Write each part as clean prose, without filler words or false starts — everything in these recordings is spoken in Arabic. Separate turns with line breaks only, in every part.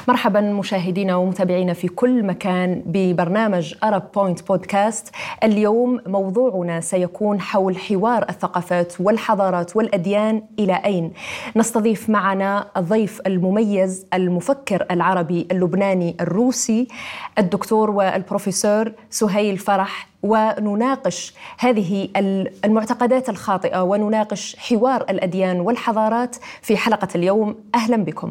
مرحبا مشاهدينا ومتابعينا في كل مكان ببرنامج Arab Point بودكاست. اليوم موضوعنا سيكون حول حوار الثقافات والحضارات والأديان إلى أين. نستضيف معنا الضيف المميز المفكر العربي اللبناني الروسي الدكتور والبروفيسور سهيل فرح، ونناقش هذه المعتقدات الخاطئة ونناقش حوار الأديان والحضارات في حلقة اليوم. أهلا بكم.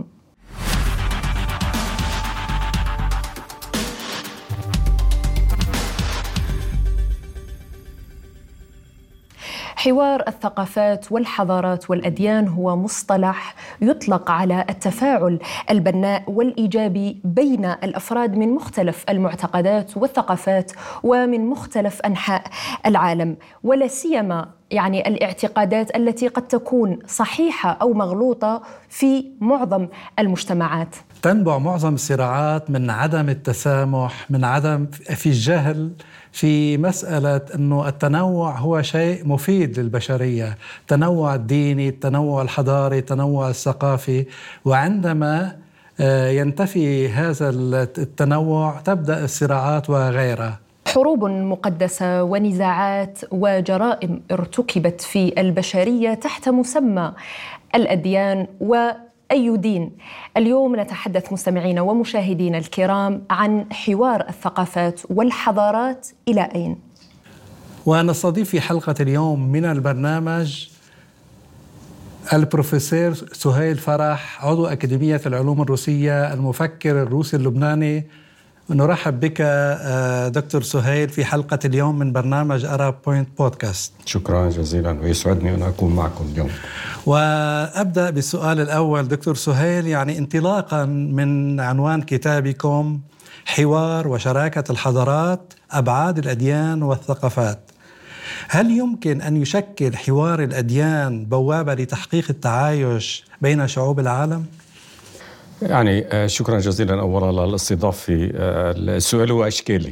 حوار الثقافات والحضارات والأديان هو مصطلح يطلق على التفاعل البناء والإيجابي بين الأفراد من مختلف المعتقدات والثقافات ومن مختلف أنحاء العالم، ولا سيما الاعتقادات التي قد تكون صحيحة أو مغلوطة في معظم المجتمعات.
تنبع معظم الصراعات من عدم التسامح، من عدم في الجهل في مسألة أنه التنوع هو شيء مفيد للبشرية، التنوع الديني، التنوع الحضاري، التنوع الثقافي. وعندما ينتفي هذا التنوع تبدأ الصراعات وغيرها.
حروب مقدسة ونزاعات وجرائم ارتكبت في البشرية تحت مسمى الأديان وأي دين. اليوم نتحدث مستمعينا ومشاهدينا الكرام عن حوار الثقافات والحضارات إلى أين.
ونستضيف في حلقة اليوم من البرنامج البروفيسور سهيل فرح، عضو أكاديمية العلوم الروسية، المفكر الروسي اللبناني. نرحب بك دكتور سهيل في حلقة اليوم من برنامج Arab Point بودكاست.
شكرا جزيلا، ويسعدني أن أكون معكم اليوم.
وأبدأ بالسؤال الأول دكتور سهيل، انطلاقا من عنوان كتابكم حوار وشراكة الحضارات، أبعاد الأديان والثقافات، هل يمكن أن يشكل حوار الأديان بوابة لتحقيق التعايش بين شعوب العالم؟
شكرا جزيلا أولا للاستضافة. السؤال هو أشكالي،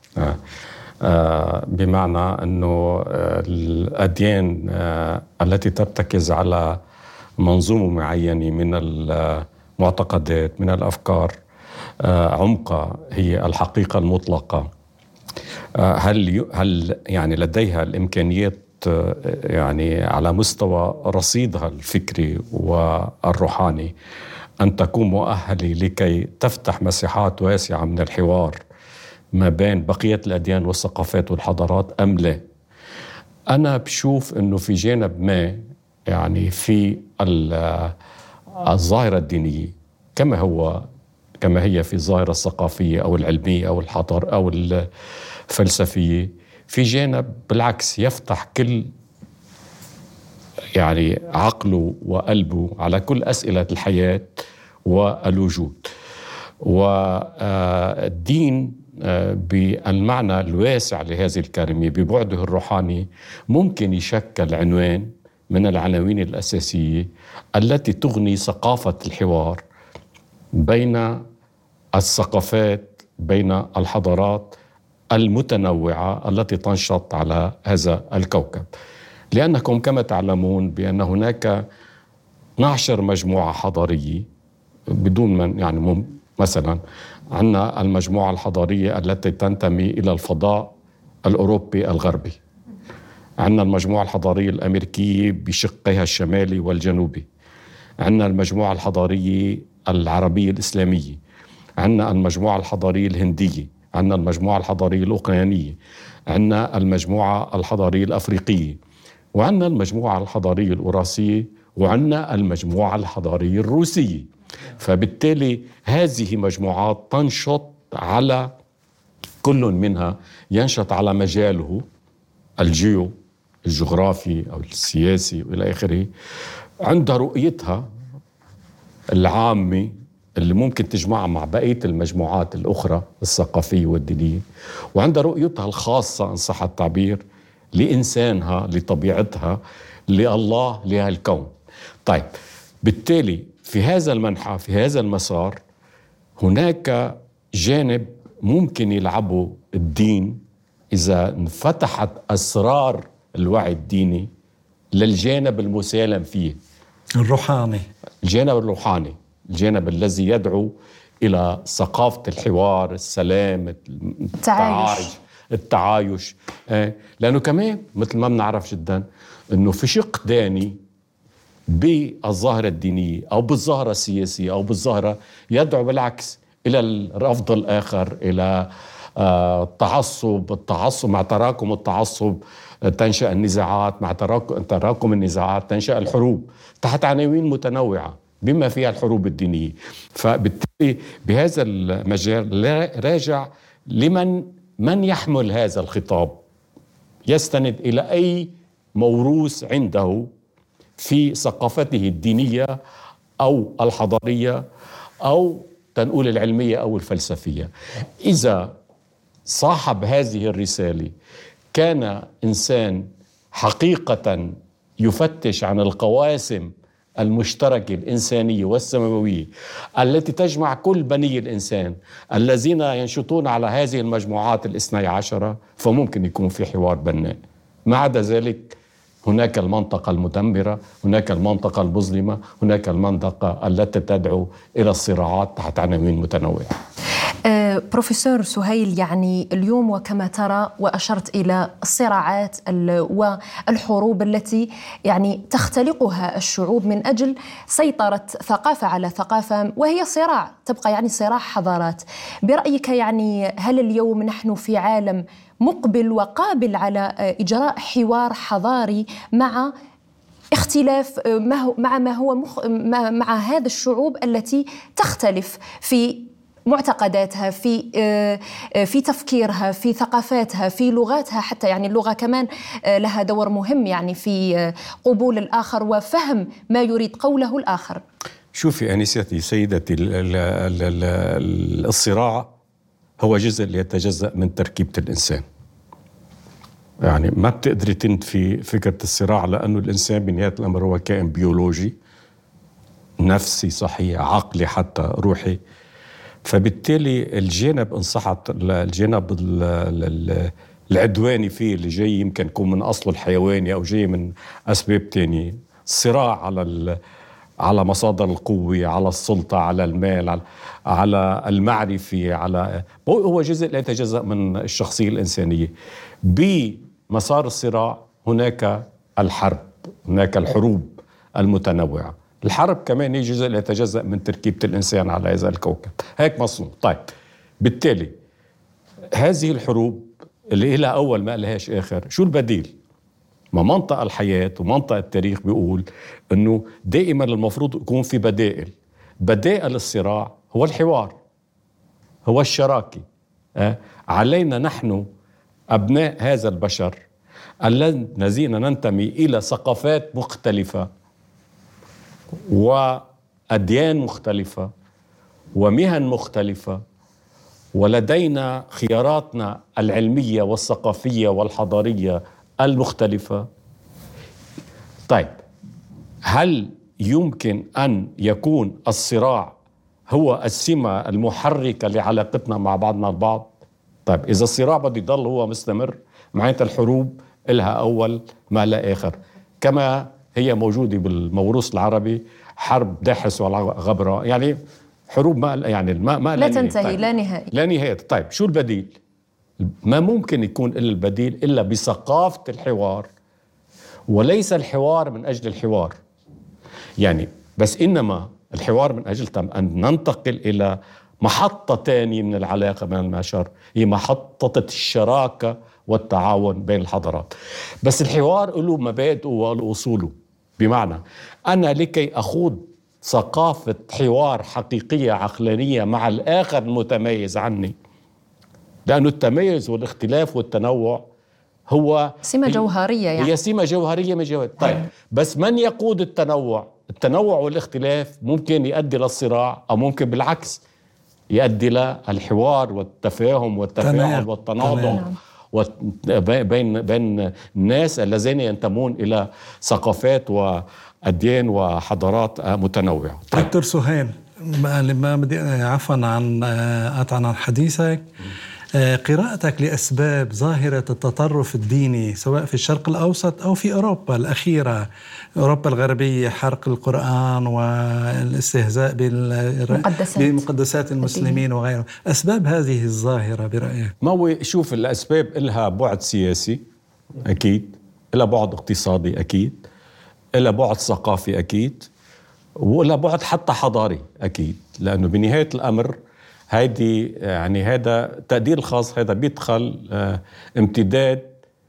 بمعنى أنه الأديان التي ترتكز على منظومة معينة من المعتقدات، من الأفكار، عمقها هي الحقيقة المطلقة. هل لديها الإمكانيات على مستوى رصيدها الفكري والروحاني أن تكون مؤهلة لكي تفتح مساحات واسعة من الحوار ما بين بقية الأديان والثقافات والحضارات أم لا؟ أنا بشوف أنه في جانب ما في الظاهرة الدينية كما هي في الظاهرة الثقافية أو العلمية أو الحضارة أو الفلسفية، في جانب بالعكس يفتح كل عقله وقلبه على كل أسئلة الحياة والوجود. والدين بالمعنى الواسع لهذه الكلمة ببعده الروحاني ممكن يشكل عنوان من العناوين الأساسية التي تغني ثقافة الحوار بين الثقافات، بين الحضارات المتنوعة التي تنشط على هذا الكوكب. لأنكم كما تعلمون بأن هناك 12 مجموعة حضارية، بدون من مثلا عندنا المجموعة الحضارية التي تنتمي إلى الفضاء الأوروبي الغربي، عندنا المجموعة الحضارية الأمريكية بشقها الشمالي والجنوبي، عندنا المجموعة الحضارية العربية الإسلامية، عندنا المجموعة الحضارية الهندية، عندنا المجموعة الحضارية الأوقيانية، عندنا المجموعة الحضارية الأفريقية، وعندنا المجموعة الحضارية الأوراسية، وعندنا المجموعة الحضارية الروسية. فبالتالي هذه مجموعات تنشط على كل منها ينشط على مجاله الجغرافي أو السياسي وإلى آخره، عندها رؤيتها العامة اللي ممكن تجمعها مع بقية المجموعات الأخرى الثقافية والدينية، وعندها رؤيتها الخاصة إن صح التعبير لإنسانها، لطبيعتها، لله، لهالكون. طيب، بالتالي في هذا المنحى، في هذا المسار، هناك جانب ممكن يلعبه الدين إذا انفتحت أسرار الوعي الديني للجانب المسالم فيه،
الروحاني،
الجانب الروحاني، الجانب الذي يدعو إلى ثقافة الحوار، السلام، التعايش. لأنه كمان مثل ما بنعرف جدا أنه في شق داني بالظاهرة الدينية أو بالظاهرة السياسية أو بالظاهرة يدعو بالعكس إلى الرفض الآخر، إلى التعصب. مع تراكم التعصب تنشأ النزاعات، مع تراكم النزاعات تنشأ الحروب تحت عناوين متنوعة بما فيها الحروب الدينية. فبالتالي بهذا المجال راجع من يحمل هذا الخطاب، يستند إلى أي موروث عنده في ثقافته الدينية أو الحضارية أو تنقول العلمية أو الفلسفية. إذا صاحب هذه الرسالة كان إنسان حقيقة يفتش عن القواسم المشتركة الإنسانية والسماوية التي تجمع كل بني الإنسان الذين ينشطون على هذه المجموعات 12، فممكن يكون في حوار بناء. ما عدا ذلك هناك المنطقة المدمرة، هناك المنطقة المظلمة، هناك المنطقة التي تدعو إلى الصراعات تحت عناوين متنوعة.
بروفيسور سهيل، يعني اليوم وكما ترى وأشرت إلى الصراعات والحروب التي يعني تختلقها الشعوب من أجل سيطرة ثقافة على ثقافة، وهي صراع، تبقى يعني صراع حضارات. برأيك يعني هل اليوم نحن في عالم مقبل وقابل على إجراء حوار حضاري مع اختلاف مع هذه الشعوب التي تختلف في معتقداتها، في تفكيرها، في ثقافاتها، في لغاتها، حتى يعني اللغة كمان لها دور مهم يعني في قبول الآخر وفهم ما يريد قوله الآخر؟
شوفي أنستي سيدتي، الصراع هو جزء يتجزأ من تركيبة الإنسان. يعني ما بتقدري تنفي فكرة الصراع، لأنه الإنسان بنهاية الأمر هو كائن بيولوجي نفسي صحيح، عقلي حتى روحي. فبالتالي الجانب إن صحت الجانب العدواني فيه اللي جاي يمكن يكون من أصله الحيواني أو جاي من أسباب تانية، الصراع على مصادر القوة، على السلطة، على المال، على المعرفة، هو جزء لا يتجزأ من الشخصية الإنسانية. بمسار الصراع هناك الحرب، هناك الحروب المتنوعة. الحرب كمان هي جزء لا يتجزأ من تركيبة الإنسان على هذا الكوكب، هيك مصنوع. طيب بالتالي هذه الحروب اللي إلى أول ما لهاش آخر، شو البديل؟ ما منطق الحياة ومنطق التاريخ بيقول أنه دائما المفروض يكون في بدائل الصراع هو الحوار، هو الشراكة. علينا نحن أبناء هذا البشر الذين ننتمي إلى ثقافات مختلفة وأديان مختلفة ومهن مختلفة، ولدينا خياراتنا العلمية والثقافية والحضارية المختلفة. طيب هل يمكن أن يكون الصراع هو السمة المحركة لعلاقتنا مع بعضنا البعض؟ طيب إذا الصراع بده يضل هو مستمر، معناتها الحروب إلها أول ما لا آخر، كما هي موجودة بالموروث العربي، حرب داحس والغبراء، يعني حروب ما
لا تنتهي. طيب. لا نهاية.
طيب شو البديل؟ ما ممكن يكون إلا البديل إلا بثقافة الحوار، وليس الحوار من أجل الحوار يعني بس، إنما الحوار من أجل أن ننتقل إلى محطة تانية من العلاقة بين البشر، هي محطة الشراكة والتعاون بين الحضارات. بس الحوار له مبادئه وله أصوله، بمعنى أنا لكي أخوض ثقافة حوار حقيقية عقلانية مع الآخر المتميز عني، لأنه التميز والاختلاف والتنوع هو
سمة جوهرية، يعني
هي سمة جوهرية من جوهر. طيب بس من يقود التنوع والاختلاف ممكن يؤدي للصراع، أو ممكن بالعكس يؤدي للحوار والتفاهم والتفاعل والتناضل بين الناس الذين ينتمون إلى ثقافات وأديان وحضارات متنوعة.
دكتور سهيل، ما بدي عفوا عن قطعا عن حديثك، قراءتك لأسباب ظاهرة التطرف الديني سواء في الشرق الأوسط أو في أوروبا الأخيرة، أوروبا الغربية، حرق القرآن والاستهزاء بمقدسات المسلمين وغيره، أسباب هذه الظاهرة برأيك؟
ما هو شوف، الأسباب إلها بعد سياسي أكيد، إلها بعد اقتصادي أكيد، إلها بعد ثقافي أكيد، وإلها بعد حتى حضاري أكيد، لأنه بنهاية الأمر هيدي يعني هذا تقدير الخاص، هذا بيدخل امتداد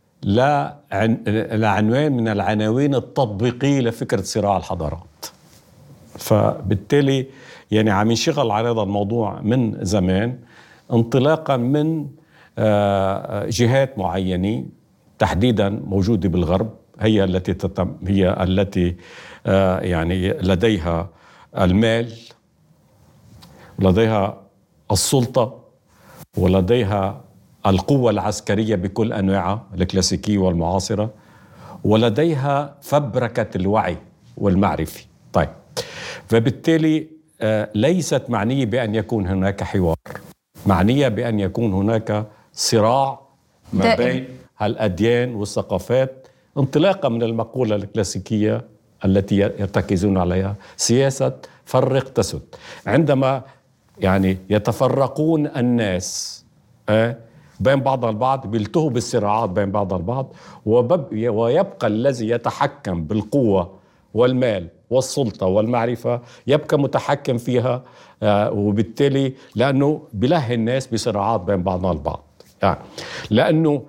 لعنوان من العناوين التطبيقية لفكرة صراع الحضارات. فبالتالي يعني عم ينشغل على هذا الموضوع من زمان، انطلاقا من جهات معينة تحديدا موجودة بالغرب، هي التي يعني لديها المال، ولديها السلطة، ولديها القوة العسكرية بكل أنواعها الكلاسيكية والمعاصرة، ولديها فبركة الوعي والمعرفة. طيب، فبالتالي ليست معنية بأن يكون هناك حوار، معنية بأن يكون هناك صراع ما بين الأديان والثقافات، انطلاقا من المقولة الكلاسيكية التي يرتكزون عليها، سياسة فرق تسد. عندما يعني يتفرقون الناس بين بعض البعض، بيلتهوا بالصراعات بين بعض البعض، ويبقى الذي يتحكم بالقوة والمال والسلطة والمعرفة يبقى متحكم فيها، وبالتالي لأنه بلهي الناس بصراعات بين بعضنا البعض. يعني لأنه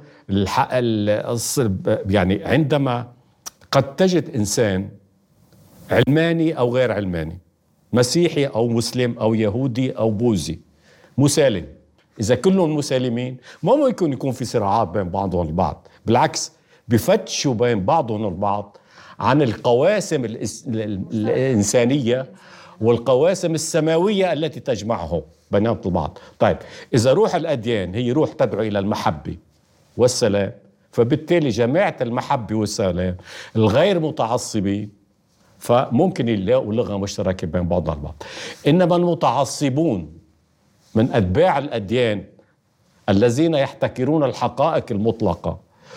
يعني عندما قد تجد إنسان علماني أو غير علماني، مسيحي أو مسلم أو يهودي أو بوذي، مسالم، إذا كلهم مسالمين ما ممكن يكون في صراعات بين بعضهم البعض، بالعكس بفتشوا بين بعضهم البعض عن القواسم الإنسانية والقواسم السماوية التي تجمعهم بينهم البعض. طيب، إذا روح الأديان هي روح تدعو إلى المحبة والسلام، فبالتالي جماعة المحبة والسلام الغير متعصبين فممكن يلاقوا لغة مشتركة بين بعضها البعض. إنما المتعصبون من أتباع الأديان الذين يحتكرون الحقائق المطلقة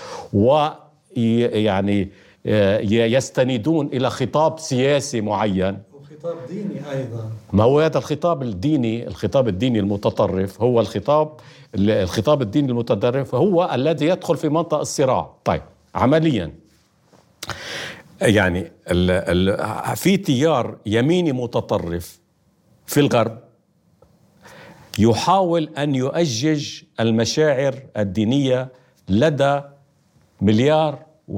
ويعني يستندون إلى خطاب سياسي معين
وخطاب ديني أيضا،
ما هو هذا الخطاب الديني، الخطاب الديني المتطرف هو الخطاب الديني المتطرف هو الذي يدخل في منطقة الصراع. طيب، عمليا يعني في تيار يميني متطرف في الغرب يحاول أن يؤجج المشاعر الدينية لدى 1.5 مليار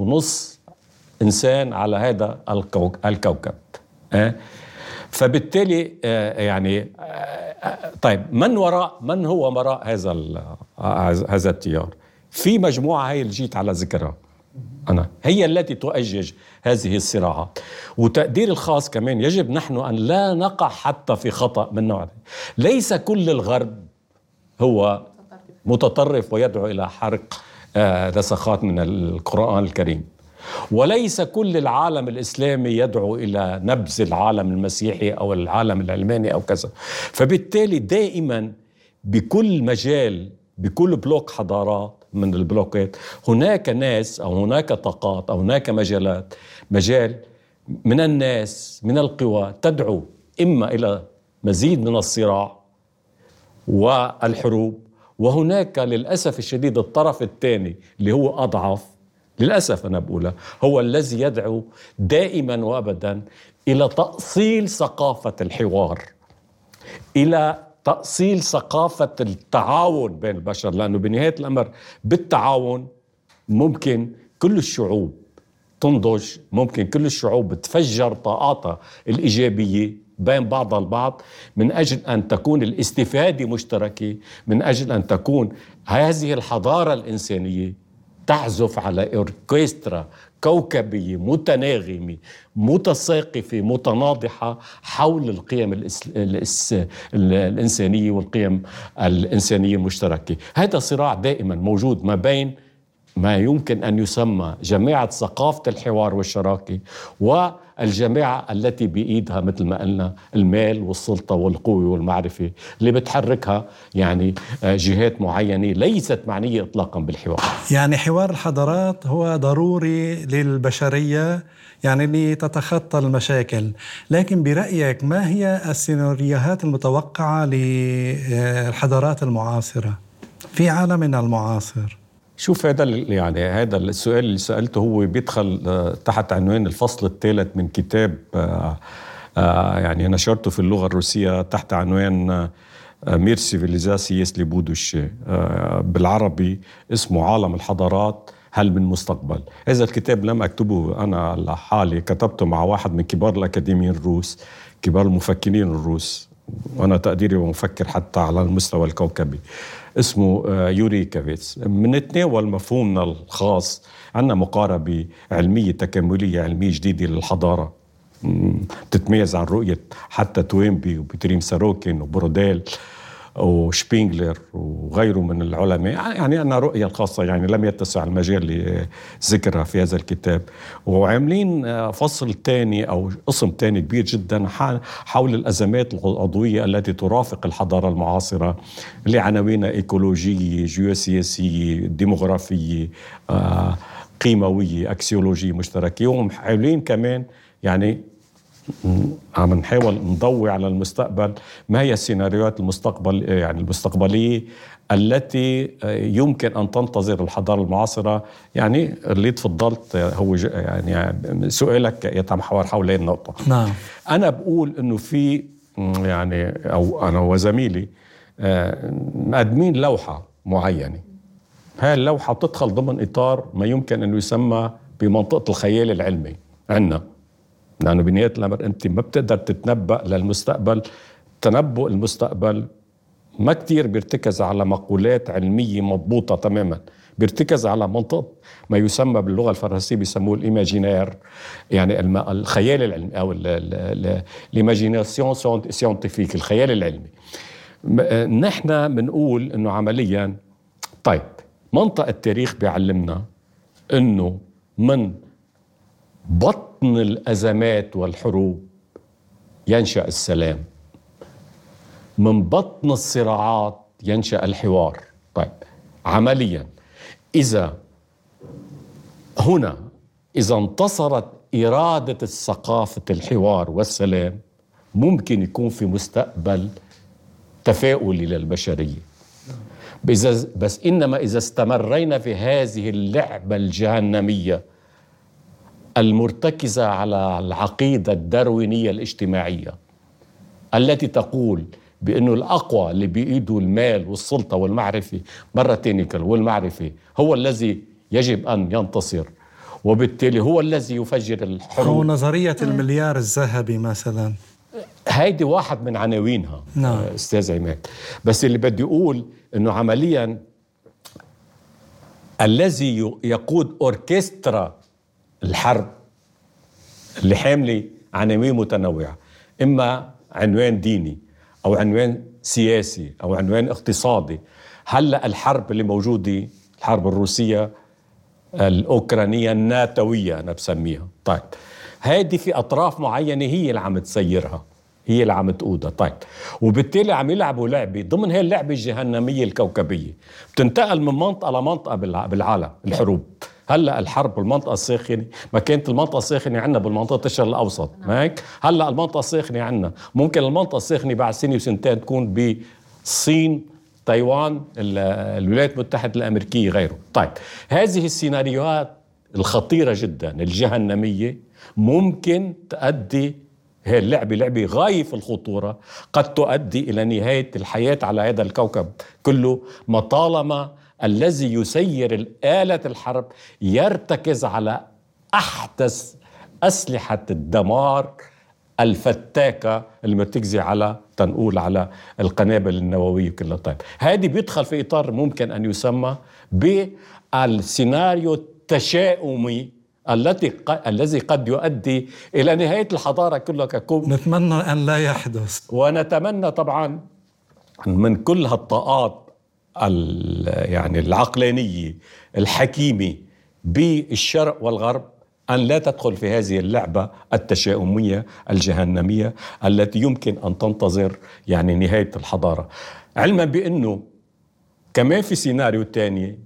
إنسان على هذا الكوكب. فبالتالي يعني طيب، من هو وراء هذا التيار؟ في مجموعة هي اللي جيت على ذكرها أنا، هي التي تؤجج هذه الصراعات. وتقدير الخاص كمان يجب نحن أن لا نقع حتى في خطأ من نوع. ليس كل الغرب هو متطرف ويدعو إلى حرق رسخات من القرآن الكريم، وليس كل العالم الإسلامي يدعو إلى نبذ العالم المسيحي أو العالم العلماني أو كذا. فبالتالي دائما بكل مجال، بكل بلوك حضارات من البلوكات، هناك ناس أو هناك طاقات أو هناك مجال من الناس من القوى تدعو إما إلى مزيد من الصراع والحروب، وهناك للأسف الشديد الطرف الثاني اللي هو أضعف، للأسف أنا بقولها، هو الذي يدعو دائما وأبدا إلى تأصيل ثقافة الحوار، إلى تأصيل ثقافة التعاون بين البشر، لأنه بنهاية الأمر بالتعاون ممكن كل الشعوب تنضج، ممكن كل الشعوب تفجر طاقاتها الإيجابية بين بعضها البعض، من أجل أن تكون الاستفادة مشتركة، من أجل أن تكون هذه الحضارة الإنسانية تعزف على أوركسترا كوكبية متناغمة متساقفة متناضحة حول القيم الإنسانية والقيم الإنسانية المشتركة. هذا صراع دائما موجود ما بين ما يمكن أن يسمى جماعة ثقافة الحوار والشراكة الجماعة التي بإيدها مثل ما قلنا المال والسلطة والقوة والمعرفة اللي بتحركها يعني جهات معينة ليست معنية إطلاقا بالحوار.
يعني حوار الحضارات هو ضروري للبشرية يعني لتتخطى المشاكل، لكن برأيك ما هي السيناريوهات المتوقعة للحضارات المعاصرة في عالمنا المعاصر؟
شوف هذا السؤال اللي سألته هو بيدخل تحت عنوان الفصل الثالث من كتاب يعني نشرته في اللغة الروسية تحت عنوان مير سيفيليزاسي يسلي بودوش، بالعربي اسمه عالم الحضارات هل من مستقبل. هذا الكتاب لم أكتبه أنا لحالي، كتبته مع واحد من كبار الأكاديميين الروس، كبار المفكرين الروس، وأنا تقديري ومفكر حتى على المستوى الكوكبي، اسمه يوري كافيتس. منتناول مفهومنا الخاص، عندنا مقاربة علمية تكاملية علمية جديدة للحضارة تتميز عن رؤية حتى توينبي وبيتريم ساروكين وبروديل وشبينغلر وغيره من العلماء. يعني أنا رؤية الخاصة يعني لم يتسع المجال لذكرها في هذا الكتاب، وعاملين فصل تاني أو قسم تاني كبير جدا حول الأزمات العضوية التي ترافق الحضارة المعاصرة لعناوين إيكولوجية، جيوسياسية، ديموغرافية، قيموية، أكسيولوجية مشتركة. وحاولين كمان يعني عم نحاول نضوي على المستقبل، ما هي السيناريوهات المستقبلية التي يمكن أن تنتظر الحضارة المعاصرة. يعني اللي تفضلت هو يعني سؤالك يتمحور حول هذه النقطة.
نعم.
أنا بقول إنه في يعني أو أنا وزميلي مقدمين لوحة معينة، هاي اللوحة بتدخل ضمن إطار ما يمكن أنه يسمى بمنطقة الخيال العلمي عنا، لأنه بنهاية الأمر أنت ما بتقدر تتنبأ للمستقبل. تنبؤ المستقبل ما كتير بيرتكز على مقولات علمية مضبوطة تماما، بيرتكز على منطقة ما يسمى باللغة الفرنسية بيسموه الإيماجينير، يعني الخيال العلمي أو الإيماجيناسيون سيونتيفيك، الخيال العلمي. نحن بنقول إنه عمليا طيب منطق التاريخ بيعلمنا إنه من بطن الأزمات والحروب ينشأ السلام، من بطن الصراعات ينشأ الحوار. طيب عمليا إذا انتصرت إرادة الثقافة الحوار والسلام، ممكن يكون في مستقبل تفاؤلي للبشرية. بس إنما إذا استمرينا في هذه اللعبة الجهنمية المرتكزة على العقيدة الداروينية الاجتماعية التي تقول بأنه الأقوى اللي بإيده المال والسلطة والمعرفة مرة تينيكال والمعرفة هو الذي يجب أن ينتصر، وبالتالي هو الذي يفجر الحروب.
أو نظرية المليار الذهبي مثلا،
هيدي واحد من عناوينها.
نعم.
أستاذ عماد، بس اللي بدي أقول أنه عمليا الذي يقود أوركسترا الحرب اللي حاملة عناوين متنوعة، إما عنوان ديني أو عنوان سياسي أو عنوان اقتصادي. هلأ الحرب اللي موجودة، الحرب الروسية الأوكرانية الناتوية أنا بسميها، طيب هذه في أطراف معينة هي اللي عم تسيرها، هي اللي عم تقودها. طيب وبالتالي عم يلعبوا لعبة ضمن هاي اللعبة الجهنمية الكوكبية، بتنتقل من منطقة لمنطقة بالعالم الحروب. هلا الحرب بالمنطقة الساخنة، ما كانت المنطقة الساخنة عندنا بالمنطقة الشرق الأوسط، هيك هلا المنطقة الساخنة عندنا، ممكن المنطقة الساخنة بعد سنة وسنتين تكون بالصين، تايوان، الولايات المتحدة الأمريكية، غيره. طيب هذه السيناريوهات الخطيرة جدا الجهنمية ممكن تؤدي، هي اللعبة لعبة غاية في الخطورة، قد تؤدي إلى نهاية الحياة على هذا الكوكب كله، ما طالما الذي يسير الآلة الحرب يرتكز على أحدث أسلحة الدمار الفتاكة المرتكزة على تنقول على القنابل النووية كلها. طيب هذه بيدخل في إطار ممكن أن يسمى بالسيناريو التشاؤمي الذي قد يؤدي إلى نهاية الحضارة كلها ككل.
نتمنى أن لا يحدث،
ونتمنى طبعا من كل هالطاقات يعني العقلانية الحكيمة بالشرق والغرب أن لا تدخل في هذه اللعبة التشاؤمية الجهنمية التي يمكن أن تنتظر يعني نهاية الحضارة، علما بأنه كمان في سيناريو تاني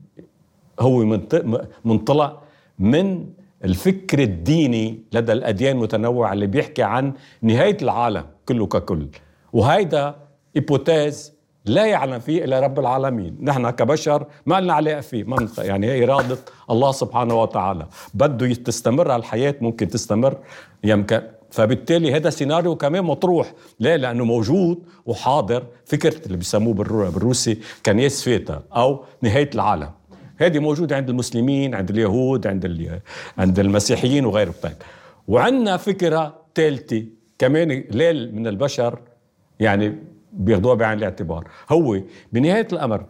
هو منطلق من الفكر الديني لدى الأديان المتنوعة اللي بيحكي عن نهاية العالم كله ككل، وهيدا إيبوتيز لا يعلم فيه إلا رب العالمين. نحن كبشر ما لنا علاقة فيه، ما يعني هي إرادة الله سبحانه وتعالى، بده تستمر الحياة ممكن تستمر يمكن. فبالتالي هذا سيناريو كمان مطروح، ليه؟ لأنه موجود وحاضر، فكرة اللي بيسموه بالروسي كنيس فيتا أو نهاية العالم، هذه موجودة عند المسلمين، عند اليهود، عند المسيحيين وغيره. طيب، وعندنا فكرة ثالثة كمان ليل من البشر يعني بياخدوها بعين الاعتبار، هو بنهاية الأمر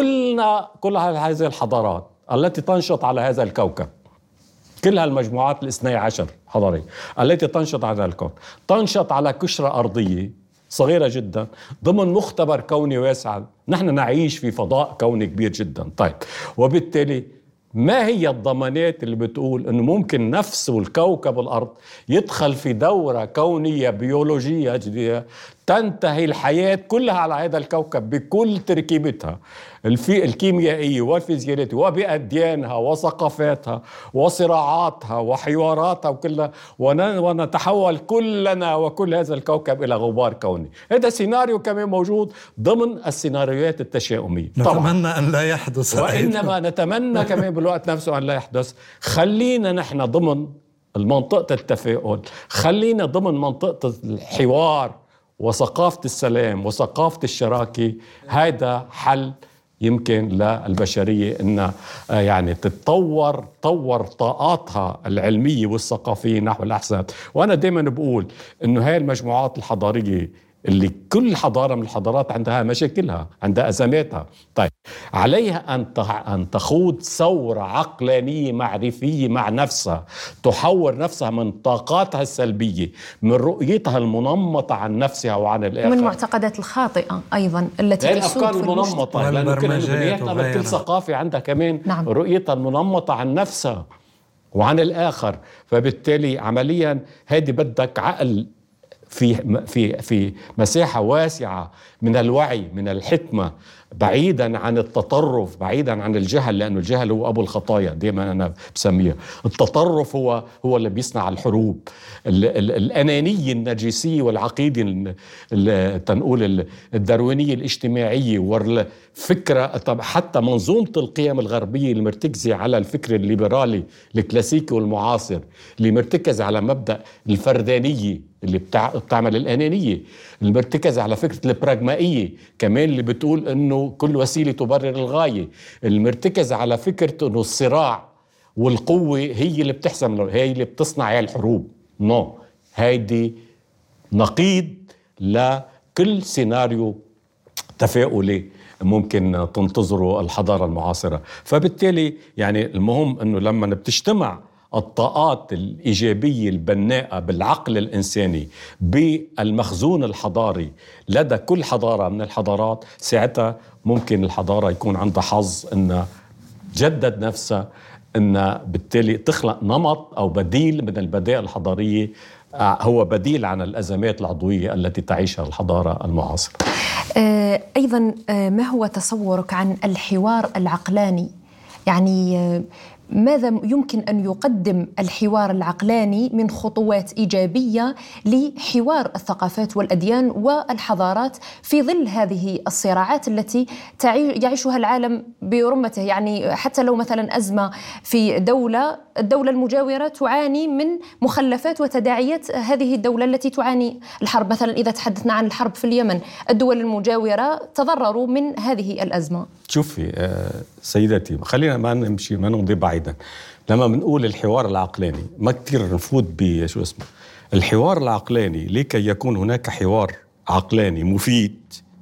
كل هذه الحضارات التي تنشط على هذا الكوكب، كل هالمجموعات الاثني عشر حضارية التي تنشط على الكون، تنشط على قشرة أرضية صغيرة جدا ضمن مختبر كوني واسع. نحن نعيش في فضاء كوني كبير جدا. طيب، وبالتالي ما هي الضمانات اللي بتقول أنه ممكن نفس الكوكب الأرض يدخل في دورة كونية بيولوجية جديدة تنتهي الحياة كلها على هذا الكوكب بكل تركيبتها الكيميائية والفيزيائية وبأديانها وثقافاتها وصراعاتها وحواراتها وكلها، ونتحول كلنا وكل هذا الكوكب إلى غبار كوني. هذا سيناريو كمان موجود ضمن السيناريوهات التشاؤمية.
نتمنى أن لا يحدث،
وإنما نتمنى كمان بالوقت نفسه أن لا يحدث. خلينا نحن ضمن منطقة التفاؤل، خلينا ضمن منطقة الحوار وثقافة السلام وثقافة الشراكة. هذا حل يمكن للبشرية إنها يعني تطور طاقاتها العلمية والثقافية نحو الأحسن. وأنا دائما بقول إنه هاي المجموعات الحضارية اللي كل حضارة من الحضارات عندها مشاكلها، عندها أزماتها، طيب عليها أن تخوض ثورة عقلانية معرفية مع نفسها، تحور نفسها من طاقاتها السلبية، من رؤيتها المنمطة عن نفسها وعن الآخر،
من المعتقدات الخاطئة أيضا التي تسود
الأفكار المنمطة، لأنه كل ثقافة عندها كمان
نعم.
رؤيتها المنمطة عن نفسها وعن الآخر. فبالتالي عمليا هذه بدك عقل في مساحة واسعة من الوعي، من الحكمة، بعيدا عن التطرف، بعيدا عن الجهل، لأنه الجهل هو أبو الخطايا دائما أنا بسميه. التطرف هو اللي بيصنع الحروب. الأنانية النرجسية والعقيدة تنقول الداروينية الاجتماعية والفكرة، طب حتى منظومة القيم الغربية المرتكزة على الفكر الليبرالي الكلاسيكي والمعاصر، اللي مرتكز على مبدأ الفردانية اللي بتعمل الأنانية، المرتكز على فكرة البراغمائية كمان اللي بتقول أنه كل وسيلة تبرر الغاية، المرتكز على فكرة أنه الصراع والقوة هي اللي بتحسم، هي اللي بتصنع الحروب. نو، هيدي نقيض لكل سيناريو تفاؤلي ممكن تنتظره الحضارة المعاصرة. فبالتالي يعني المهم أنه لما بتجتمع الطاقات الإيجابية البناءة بالعقل الإنساني بالمخزون الحضاري لدى كل حضارة من الحضارات، ساعتها ممكن الحضارة يكون عندها حظ أنها تجدد نفسها، أنها بالتالي تخلق نمط أو بديل من البدائل الحضارية، هو بديل عن الأزمات العضوية التي تعيشها الحضارة المعاصرة.
أيضا ما هو تصورك عن الحوار العقلاني؟ يعني ماذا يمكن أن يقدم الحوار العقلاني من خطوات إيجابية لحوار الثقافات والأديان والحضارات في ظل هذه الصراعات التي يعيشها العالم برمته؟ يعني حتى لو مثلا أزمة في الدولة المجاورة تعاني من مخلفات وتداعيات هذه الدولة التي تعاني الحرب. مثلا إذا تحدثنا عن الحرب في اليمن، الدول المجاورة تضرروا من هذه الأزمة.
شوفي سيدتي، خلينا ما نمضي بعيدا. لما بنقول الحوار العقلاني ما كتير نفوت بشو اسمه الحوار العقلاني. لكي يكون هناك حوار عقلاني مفيد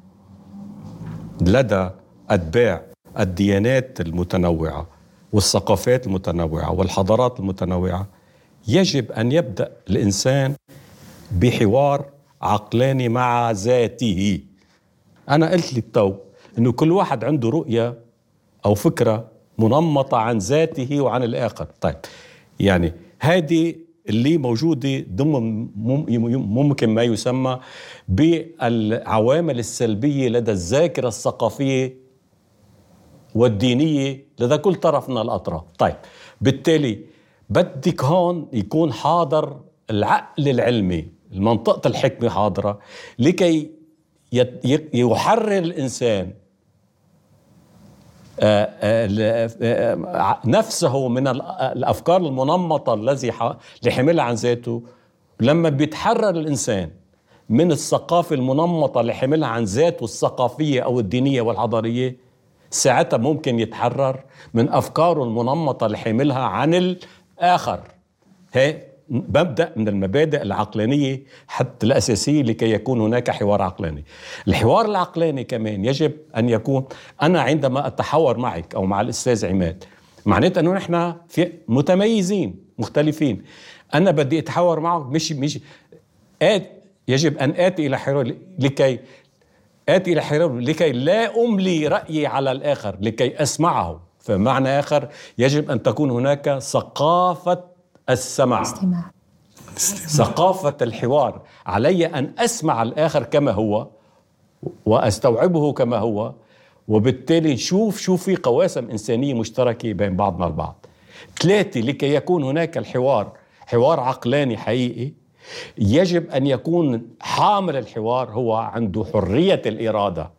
لدى أتباع الديانات المتنوعة والثقافات المتنوعة والحضارات المتنوعة، يجب أن يبدأ الإنسان بحوار عقلاني مع ذاته. أنا قلت للتو إنه كل واحد عنده رؤية أو فكرة منمطة عن ذاته وعن الآخر. طيب، يعني هذه اللي موجودة ضمن ممكن ما يسمى بالعوامل السلبية لدى الذاكرة الثقافية والدينية لدى كل طرف من الأطراف. طيب بالتالي بدك هون يكون حاضر العقل العلمي، المنطقة الحكمة حاضرة، لكي يحرر الإنسان نفسه من الأفكار المنمطة اللي حملها عن ذاته. لما بيتحرر الإنسان من الثقافة المنمطة اللي حملها عن ذاته الثقافية أو الدينية والحضارية، ساعتها ممكن يتحرر من أفكاره المنمطة اللي حملها عن الآخر. هي مبدأ من المبادئ العقلانية حتى الأساسية لكي يكون هناك حوار عقلاني. الحوار العقلاني كمان يجب أن يكون، أنا عندما أتحاور معك أو مع الأستاذ عماد، معناته أنه نحن في متميزين مختلفين. أنا بدي أتحاور معك مش يجب أن آتي إلى حوار لكي لا أملي رأيي على الآخر، لكي أسمعه. فمعنى آخر يجب أن تكون هناك ثقافة السمع، ثقافة الحوار. علي أن أسمع الآخر كما هو وأستوعبه كما هو، وبالتالي نشوف شو في قواسم إنسانية مشتركة بين بعضنا البعض. 3، لكي يكون هناك الحوار حوار عقلاني حقيقي، يجب أن يكون حامل الحوار هو عنده حرية الإرادة،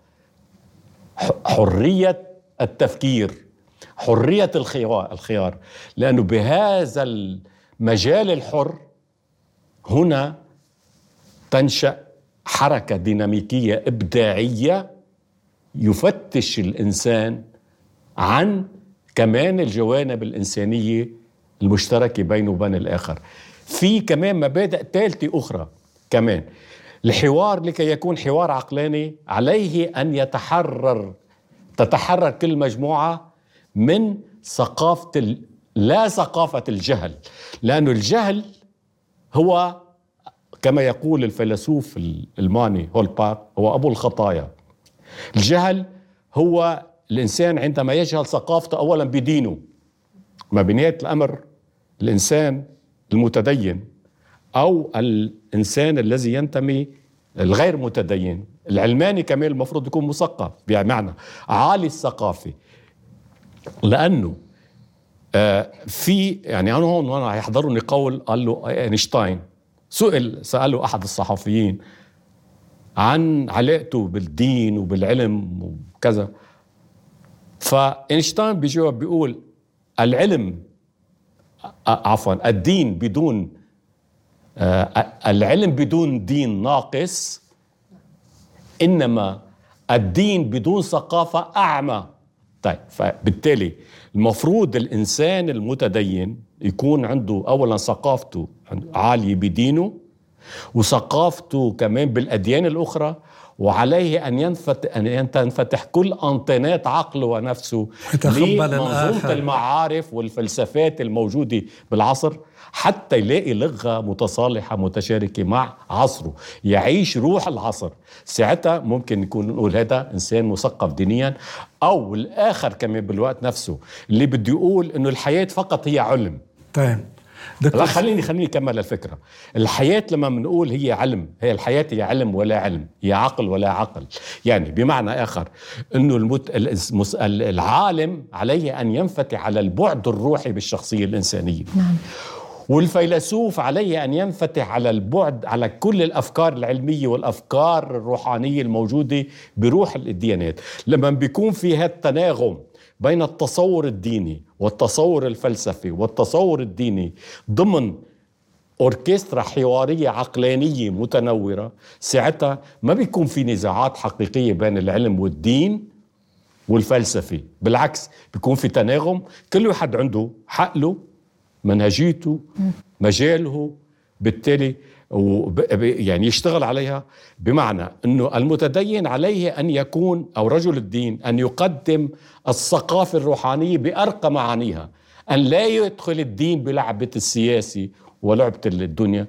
حرية التفكير، حرية الخيار. لأنه بهذا المجال الحر هنا تنشأ حركة ديناميكية إبداعية يفتش الإنسان عن كمان الجوانب الإنسانية المشتركة بينه وبين الآخر. في كمان مبادئ ثالثة أخرى كمان. الحوار لكي يكون حوار عقلاني عليه أن تتحرر كل مجموعة من ثقافة لا ثقافة الجهل، لأنه الجهل هو كما يقول الفيلسوف الألماني هولبار هو أبو الخطايا. الجهل هو الإنسان عندما يجهل ثقافته أولا بدينه. ما بنهاية الأمر الإنسان المتدين أو الإنسان الذي ينتمي الغير متدين العلماني كمان المفروض يكون مثقف بمعنى عالي الثقافة، لأنه في يعني أنا هون وأنا هيحضرني قول قال له أينشتاين، سأله أحد الصحفيين عن علاقته بالدين وبالعلم وكذا، فأينشتاين بيجاوب بيقول العلم بدون دين ناقص، إنما الدين بدون ثقافة أعمى. طيب فبالتالي المفروض الإنسان المتدين يكون عنده أولا ثقافته عالية بدينه وثقافته كمان بالأديان الأخرى، وعليه أن تنفتح كل أنطينات عقله ونفسه لمنظومة المعارف والفلسفات الموجودة بالعصر، حتى يلاقي لغة متصالحة متشاركة مع عصره، يعيش روح العصر. ساعتها ممكن نقول هذا إنسان مثقف دينيا. أو الآخر كمان بالوقت نفسه اللي بده يقول إنه الحياة فقط هي علم.
طيب
لا خليني أكمل الفكرة. الحياة لما بنقول هي علم، هي الحياة هي علم ولا علم، هي عقل ولا عقل. يعني بمعنى آخر أنه العالم عليه أن ينفتح على البعد الروحي بالشخصية الإنسانية.
نعم.
والفيلسوف عليه أن ينفتح على البعد على كل الأفكار العلمية والأفكار الروحانية الموجودة بروح الديانات. لما بيكون في هذا التناغم بين التصور الديني والتصور الفلسفي والتصور الديني ضمن أوركسترا حوارية عقلانية متنورة، ساعتها ما بيكون في نزاعات حقيقية بين العلم والدين والفلسفي. بالعكس بيكون في تناغم، كل واحد عنده حقله، منهجيته، مجاله، بالتالي يعني يشتغل عليها. بمعنى أنه المتدين عليه أن يكون أو رجل الدين أن يقدم الثقافة الروحانية بأرقى معانيها، أن لا يدخل الدين بلعبة السياسي ولعبة الدنيا.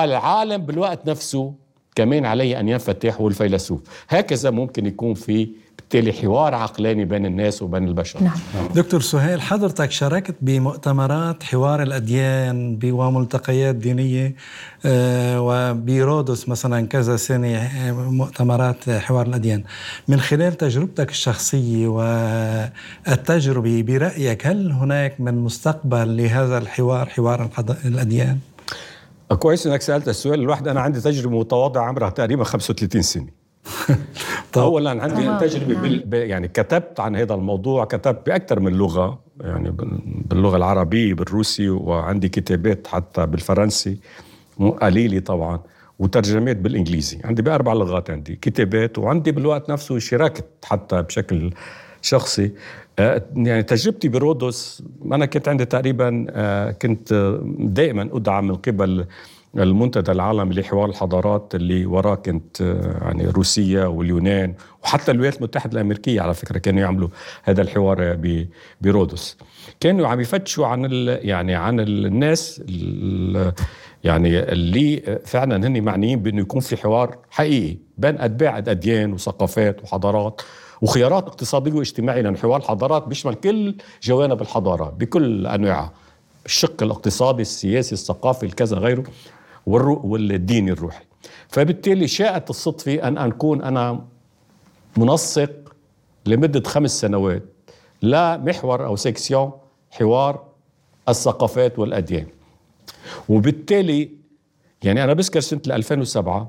والعالم بالوقت نفسه كمان عليه أن ينفتح، والفيلسوف هكذا ممكن يكون في بالتالي حوار عقلاني بين الناس وبين البشر.
نعم.
دكتور سهيل، حضرتك شاركت بمؤتمرات حوار الأديان وملتقيات دينية وبرودوس مثلا كذا سنة مؤتمرات حوار الأديان. من خلال تجربتك الشخصية والتجربة برأيك، هل هناك من مستقبل لهذا الحوار، حوار الأديان؟
كويس انك سألت السؤال. الواحد انا عندي تجربة متواضعة عمرها تقريبا 35 سنة. اولا عندي تجربة يعني كتبت عن هذا الموضوع، كتبت بأكثر من لغة، يعني باللغة العربية بالروسي، وعندي كتابات حتى بالفرنسي قليلة طبعا، وترجمات بالإنجليزي. عندي ب4 لغات عندي كتابات، وعندي بالوقت نفسه شاركت حتى بشكل شخصي. يعني تجربتي برودوس، أنا كنت عندي تقريبا كنت دائما أدعم من قبل المنتدى العالمي لحوار الحضارات اللي وراه كنت يعني روسيا واليونان وحتى الولايات المتحدة الأمريكية على فكرة كانوا يعملوا هذا الحوار برودوس. كانوا عم يفتشوا عن يعني عن الناس يعني اللي فعلا هن معنيين بأنه يكون في حوار حقيقي بين أتباع أديان وثقافات وحضارات وخيارات اقتصادية واجتماعية، لأن حوار الحضارات بيشمل كل جوانب الحضارة بكل أنواعها، الشق الاقتصادي، السياسي، الثقافي، الكذا غيره، والديني الروحي. فبالتالي شاءت الصدفة أن أكون أنا منسق لمدة 5 سنوات لمحور أو سيكسيون حوار الثقافات والأديان. وبالتالي يعني أنا بذكر سنة 2007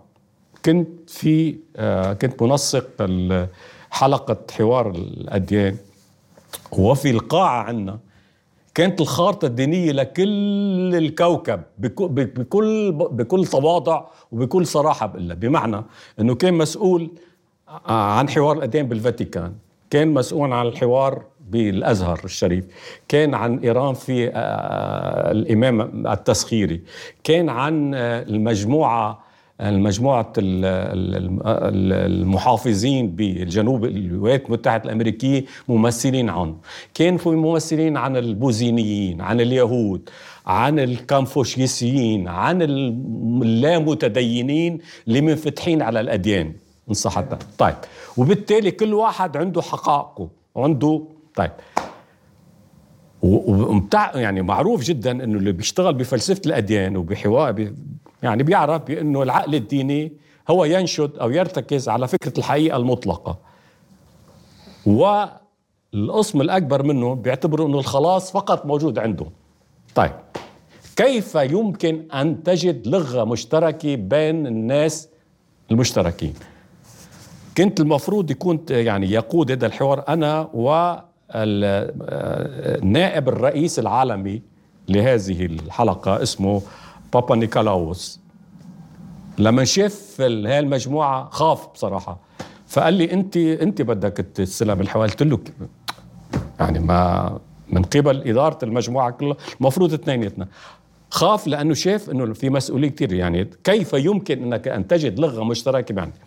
كنت منسق حلقة حوار الأديان، وفي القاعة عنا كانت الخارطة الدينية لكل الكوكب بكل تواضع وبكل صراحة، بمعنى أنه كان مسؤول عن حوار الأديان بالفاتيكان، كان مسؤول عن الحوار بالأزهر الشريف، كان عن إيران في الإمام التسخيري، كان عن المجموعة المحافظين بالجنوب الولايات المتحدة الأمريكية ممثلين عنه، كان في ممثلين عن البوذيين، عن اليهود، عن الكونفوشيوسيين، عن اللامتدينين اللي منفتحين على الأديان إن صحتها. طيب، وبالتالي كل واحد عنده حقائقه عنده. طيب، يعني معروف جدا انه اللي بيشتغل بفلسفة الأديان وبحوار يعني بيعرف بأنه العقل الديني هو ينشد أو يرتكز على فكرة الحقيقة المطلقة، والقسم الأكبر منه بيعتبروا أنه الخلاص فقط موجود عنده. طيب، كيف يمكن أن تجد لغة مشتركة بين الناس المشتركين؟ كنت المفروض يكون يعني يقود هذا الحوار أنا والنائب الرئيس العالمي لهذه الحلقة اسمه بابا نيكولاوس. لما شاف هاي المجموعة خاف بصراحة، فقال لي انت بدك تستلم الحوار. قلت له يعني ما من قبل إدارة المجموعة كلها المفروض اثنيناتنا. خاف لأنه شاف أنه في مسؤولية كتير، يعني كيف يمكن أنك أن تجد لغة مشتركة يعني.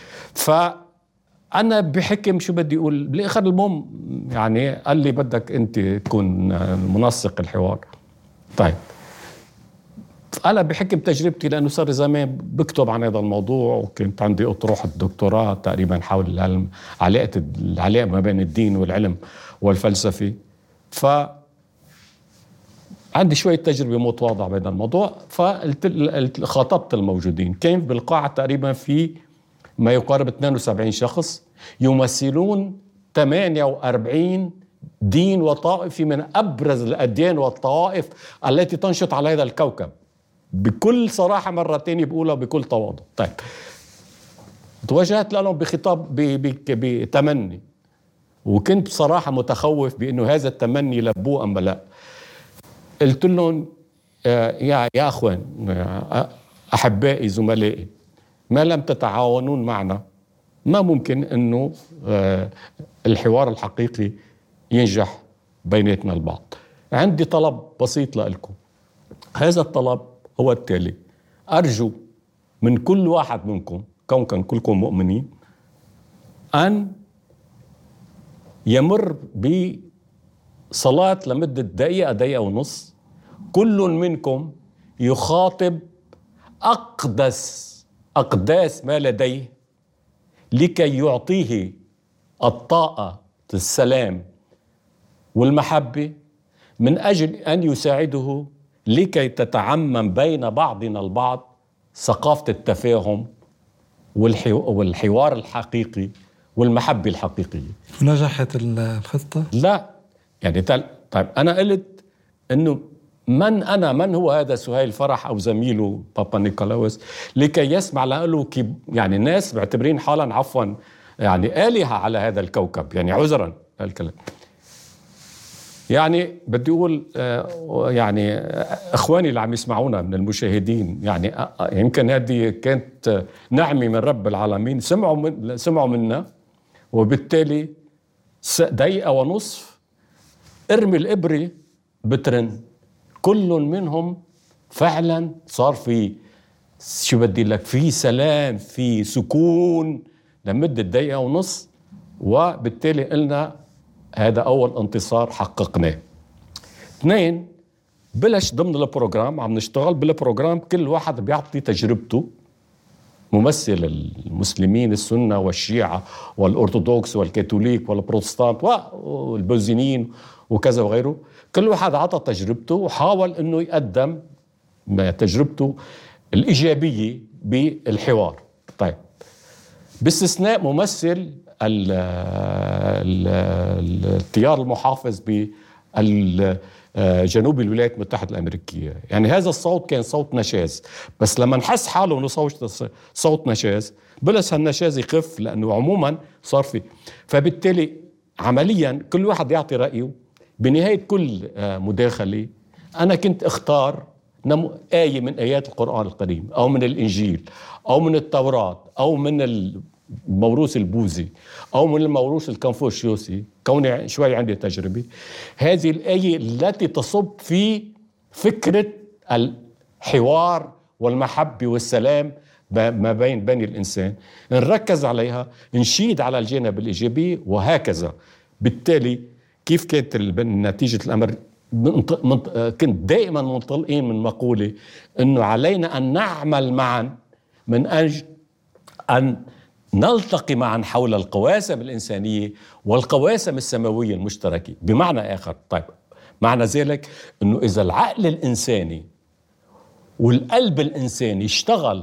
فأنا بحكم شو بدي أقول بالآخر المهم يعني قال لي بدك أنت تكون منسق الحوار. طيب، أنا بحكم تجربتي لأنه صار زمان بكتب عن هذا الموضوع، وكنت عندي أطروحة الدكتوراه تقريبا حول العلاقة ما بين الدين والعلم والفلسفة، فعندي شوية تجربة متواضعة بهذا الموضوع. فخاطبت الموجودين، كان بالقاعة تقريبا في ما يقارب 72 شخص يمثلون 48 دين وطائفة من أبرز الأديان والطوائف التي تنشط على هذا الكوكب. بكل صراحة مرة تانية بقولها بكل تواضع. طيب، توجهت لهم بخطاب بتمني، وكنت بصراحة متخوف بأنه هذا التمني لبوه أم لا. قلت لهم يا أخوان، أحبائي، زملائي، ما لم تتعاونون معنا ما ممكن أنه الحوار الحقيقي ينجح بيناتنا البعض. عندي طلب بسيط لكم. هذا الطلب هو التالي: أرجو من كل واحد منكم، كون كان كلكم مؤمنين، أن يمر بصلاة لمدة دقيقة، دقيقة ونص، كل منكم يخاطب أقدس ما لديه لكي يعطيه الطاقة السلام والمحبة من أجل أن يساعده لكي تتعمم بين بعضنا البعض ثقافة التفاهم والحوار الحقيقي والمحبة الحقيقية.
نجحت الخطة؟
لا يعني طيب أنا قلت إنه من هو هذا سهيل فرح أو زميله بابا نيكولاوس لكي يسمع له يعني الناس بعتبرين حالا عفوا يعني آلهة على هذا الكوكب، يعني عذرا هالكلام. يعني بدي أقول يعني إخواني اللي عم يسمعونا من المشاهدين، يعني يمكن هذه كانت نعمة من رب العالمين، سمعوا منا، وبالتالي دقيقة ونصف ارمي الإبرة بترن، كل منهم فعلا صار في شو بدي لك في سلام في سكون لمدة دقيقة ونص، وبالتالي قلنا هذا أول انتصار حققناه. 2 بلش ضمن البروجرام عم نشتغل بالبروجرام كل واحد بيعطي تجربته، ممثل المسلمين السنة والشيعة والأرثوذكس والكاثوليك والبروتستانت والبوذيين وكذا وغيره، كل واحد عطى تجربته وحاول أنه يقدم تجربته الإيجابية بالحوار. طيب باستثناء ممثل التيار المحافظ بجنوب الولايات المتحدة الأمريكية، يعني هذا الصوت كان صوت نشاز، بس لما نحس حاله أنه صوت نشاز بلش هالنشاز يخف، لأنه عموما صار في، فبالتالي عمليا كل واحد يعطي رأيه. بنهاية كل مداخلة أنا كنت اختار آية من آيات القرآن الكريم أو من الإنجيل أو من التوراة أو من الموروث البوذي أو من الموروث الكونفوشيوسي، كوني شوي عندي تجربة، هذه الآية التي تصب في فكرة الحوار والمحبة والسلام ما بين بني الإنسان، نركز عليها، نشيد على الجانب الإيجابي وهكذا. بالتالي كيف كانت نتيجة الأمر؟ كنت دائما منطلقين من مقولة أنه علينا أن نعمل معا من أجل أن نلتقي معا حول القواسم الإنسانية والقواسم السماوية المشتركة. بمعنى آخر، طيب معنى ذلك أنه إذا العقل الإنساني والقلب الإنساني اشتغل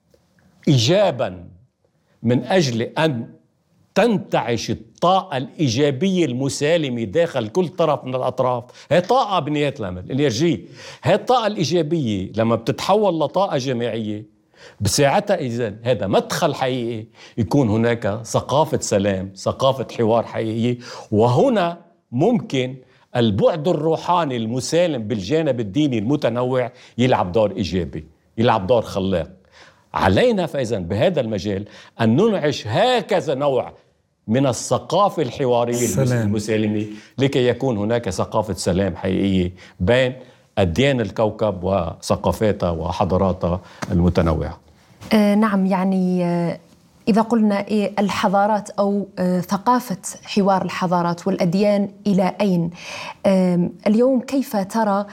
إيجابا من أجل أن تنتعش الطاقة الإيجابية المسالمة داخل كل طرف من الأطراف، هي طاقة بنهاية الأمر الإنرجي، هي الطاقة الإيجابية لما بتتحول لطاقة جماعية بساعتها إذن هذا مدخل حقيقي يكون هناك ثقافة سلام، ثقافة حوار حقيقية، وهنا ممكن البعد الروحاني المسالم بالجانب الديني المتنوع يلعب دور إيجابي، يلعب دور خلاق. علينا فإذن بهذا المجال أن ننعش هكذا نوع من الثقافة الحوارية المسالمة لكي يكون هناك ثقافة سلام حقيقية بين أديان الكوكب وثقافاتها وحضاراتها المتنوعة.
نعم، يعني إذا قلنا الحضارات أو ثقافة حوار الحضارات والأديان إلى أين؟ اليوم كيف ترى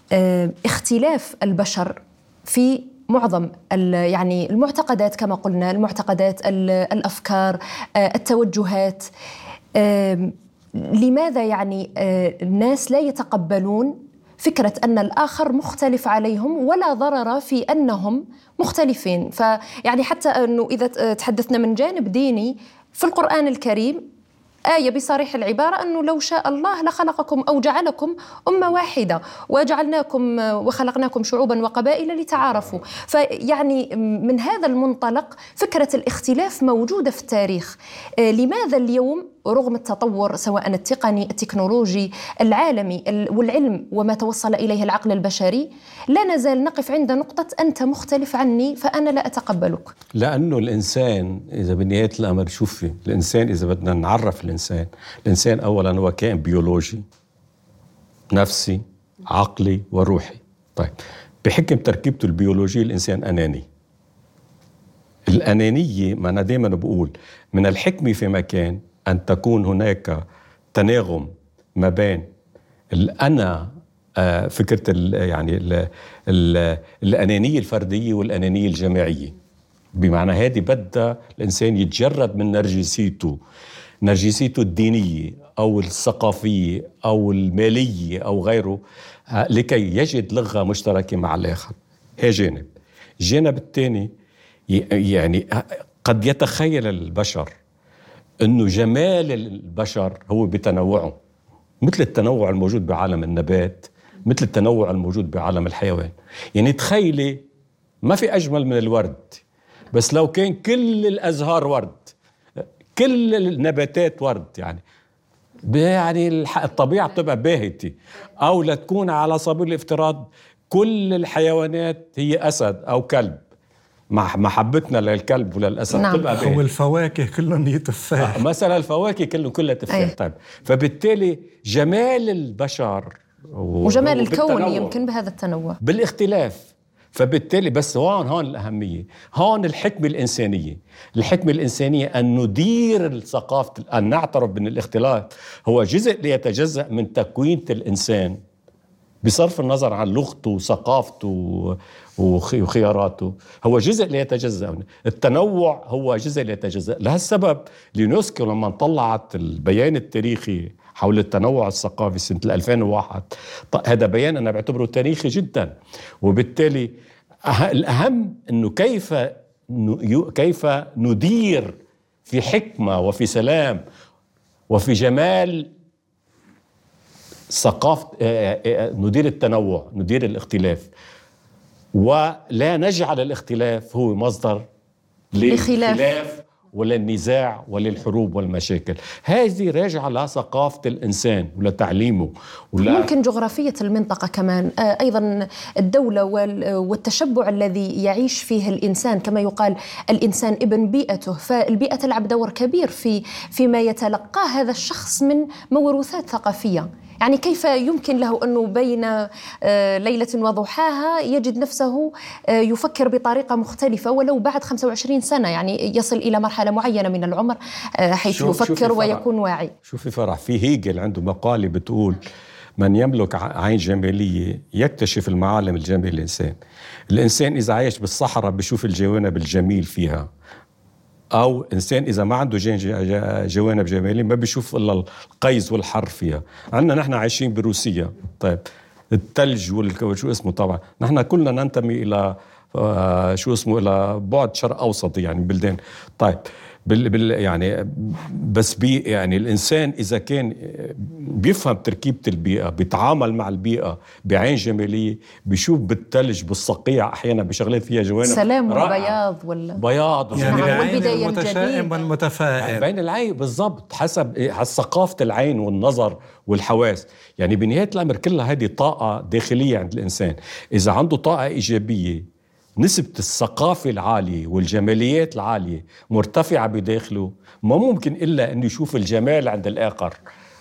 اختلاف البشر في معظم يعني المعتقدات، كما قلنا المعتقدات، الأفكار، التوجهات؟ لماذا يعني الناس لا يتقبلون فكرة أن الآخر مختلف عليهم ولا ضرر في أنهم مختلفين؟ فيعني حتى أنه إذا تحدثنا من جانب ديني في القرآن الكريم آية بصريح العبارة أنه لو شاء الله لخلقكم أو جعلكم أمة واحدة وجعلناكم وخلقناكم شعوبا وقبائل لتعارفوا. فيعني من هذا المنطلق فكرة الاختلاف موجودة في التاريخ. لماذا اليوم رغم التطور سواء التقني التكنولوجي العالمي والعلم وما توصل إليه العقل البشري لا نزال نقف عند نقطة أنت مختلف عني فأنا لا أتقبلك؟
لأنه الإنسان إذا بنهاية الأمر، شوفي الإنسان إذا بدنا نعرف الإنسان أولا هو كائن بيولوجي نفسي عقلي وروحي. طيب بحكم تركيبته البيولوجية الإنسان أناني. الأنانية ما أنا دائما بقول من الحكمة في مكان أن تكون هناك تناغم ما بين الأنا، فكرة يعني الأنانية الفردية والأنانية الجماعية. بمعنى هذه بدأ الإنسان يتجرد من نرجسيته، نرجسيته الدينية أو الثقافية أو المالية أو غيره لكي يجد لغة مشتركة مع الآخر. هي جانب. الجانب الثاني يعني قد يتخيل البشر أنه جمال البشر هو بتنوعه، مثل التنوع الموجود بعالم النبات، مثل التنوع الموجود بعالم الحيوان. يعني تخيلي ما في أجمل من الورد، بس لو كان كل الأزهار ورد، كل النباتات ورد، يعني الطبيعة بتبقى باهتة. أو لتكون على سبيل الافتراض كل الحيوانات هي أسد أو كلب، مع محبتنا للكلب وللأسد.
نعم.
تبقى باهتة.
أو الفواكه كلهم هي تفاح
مثلا الفواكه كلها تفاح. طيب فبالتالي جمال البشر
وجمال الكون يمكن بهذا التنوع
بالاختلاف. فبالتالي بس هون الأهمية، هون الحكمة الإنسانية أن ندير الثقافة، أن نعترف بأن الاختلاف هو جزء ليتجزأ من تكوينة الإنسان بصرف النظر عن لغته وثقافته وخياراته. هو جزء ليتجزأ، التنوع هو جزء ليتجزأ. لهالسبب اليونسكو لما طلعت البيان التاريخي حول التنوع الثقافي سنة 2001، هذا بيان أنا بعتبره تاريخي جدا. وبالتالي الأهم أنه كيف ندير في حكمة وفي سلام وفي جمال ثقافة، ندير التنوع، ندير الاختلاف، ولا نجعل الاختلاف هو مصدر للخلاف وللنزاع وللحروب والمشاكل. هذه راجعة لثقافة الإنسان ولتعليمه
ممكن جغرافية المنطقة كمان، أيضا الدولة والتشبع الذي يعيش فيه الإنسان. كما يقال الإنسان ابن بيئته، فالبيئة تلعب دور كبير فيما يتلقاه هذا الشخص من موروثات ثقافية. يعني كيف يمكن له أنه بين ليلة وضحاها يجد نفسه يفكر بطريقة مختلفة ولو بعد 25 سنة، يعني يصل إلى مرحلة معينة من العمر حيث يفكر ويكون واعي.
شوفي فرح، في هيجل عنده مقالة بتقول من يملك عين جمالية يكتشف المعالم الجميلة. الإنسان إذا عايش بالصحراء بيشوف الجوانب الجميل فيها، أو إنسان إذا ما عنده جوانب جمالية ما بيشوف إلا القيز والحر فيها. عندنا نحن عايشين بروسيا، طيب الثلج شو اسمه، طبعا نحن كلنا ننتمي إلى إلى بعد شرق أوسط، يعني بلدان. طيب يعني بس يعني الإنسان إذا كان بيفهم تركيبة البيئة، بيتعامل مع البيئة بعين جمالية، بيشوف بالثلج بالصقيع أحيانا بشغلات فيها جوانب
سلام وبياض
بياض، يعني
والبداية
المتشائم والمتفائل
بين العين بالضبط حسب ثقافة العين والنظر والحواس. يعني بنهاية الأمر كلها هذه طاقة داخلية عند الإنسان. إذا عنده طاقة إيجابية، نسبة الثقافة العالية والجماليات العالية مرتفعة بداخله، ما ممكن إلا أن يشوف الجمال عند الآخر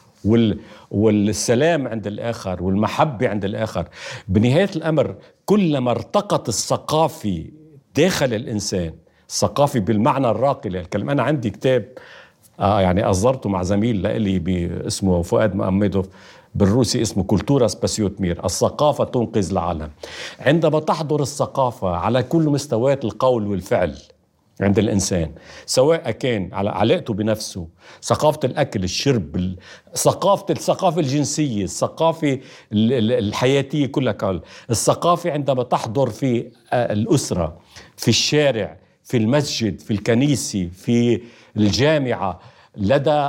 والسلام عند الآخر والمحبة عند الآخر. بنهاية الأمر كلما ارتقت الثقافة داخل الإنسان، الثقافة بالمعنى الراقي للكلمة. أنا عندي كتاب يعني أصدرته مع زميل لي اسمه فؤاد مأمدوف بالروسي، اسمه كولتورا سباسيوتمير، الثقافة تنقذ العالم. عندما تحضر الثقافة على كل مستويات القول والفعل عند الإنسان، سواء كان على علاقته بنفسه، ثقافة الأكل الشرب، الثقافة الجنسية، الثقافة الحياتية كلها، الثقافة عندما تحضر في الأسرة، في الشارع، في المسجد، في الكنيسة، في الجامعة، لدى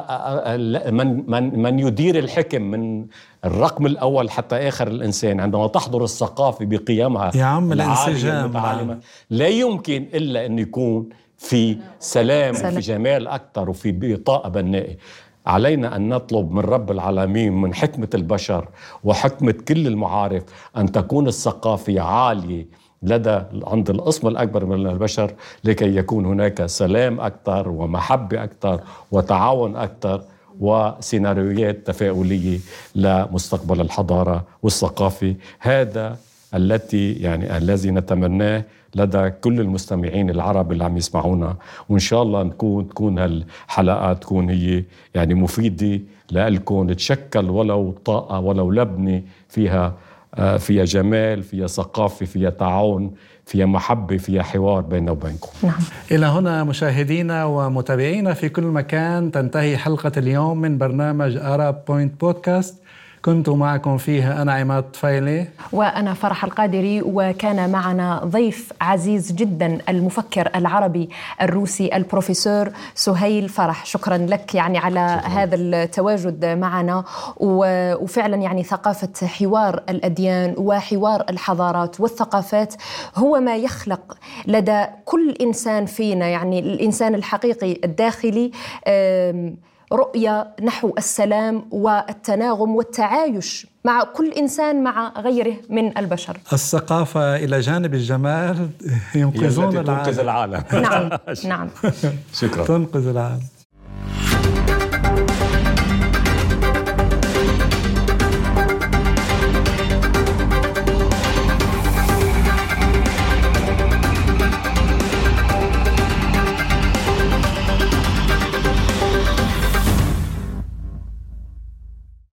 من يدير الحكم من الرقم الأول حتى آخر الإنسان، عندما تحضر الثقافة بقيمها
يا عم الانسجام،
لا يمكن إلا أن يكون في سلام وفي جمال أكثر وفي طاقة بنائية. علينا أن نطلب من رب العالمين من حكمة البشر وحكمة كل المعارف أن تكون الثقافة عالية عند القسم الأكبر من البشر، لكي يكون هناك سلام أكثر ومحبة أكثر وتعاون أكثر وسيناريوهات تفاؤلية لمستقبل الحضارة والثقافة. هذا الذي نتمناه لدى كل المستمعين العرب اللي عم يسمعونا. وإن شاء الله تكون هالحلقات تكون هي يعني مفيدة لكم، تشكل ولو طاقة ولو لبنة فيها فيها جمال، فيها ثقافة، فيها تعاون، فيها محبة، فيها حوار بيننا وبينكم.
نعم.
إلى هنا مشاهدينا ومتابعينا في كل مكان تنتهي حلقة اليوم من برنامج Arab Point Podcast. كنت معكم فيها أنا عماد طفيلي
وأنا فرح القادري، وكان معنا ضيف عزيز جدا المفكر العربي الروسي البروفيسور سهيل فرح. شكرا لك يعني على هذا التواجد معنا، وفعلا يعني ثقافة حوار الأديان وحوار الحضارات والثقافات هو ما يخلق لدى كل إنسان فينا، يعني الإنسان الحقيقي الداخلي، رؤية نحو السلام والتناغم والتعايش مع كل إنسان مع غيره من البشر.
الثقافة إلى جانب الجمال ينقذون
العالم.
نعم نعم.
شكرا.
تنقذ العالم.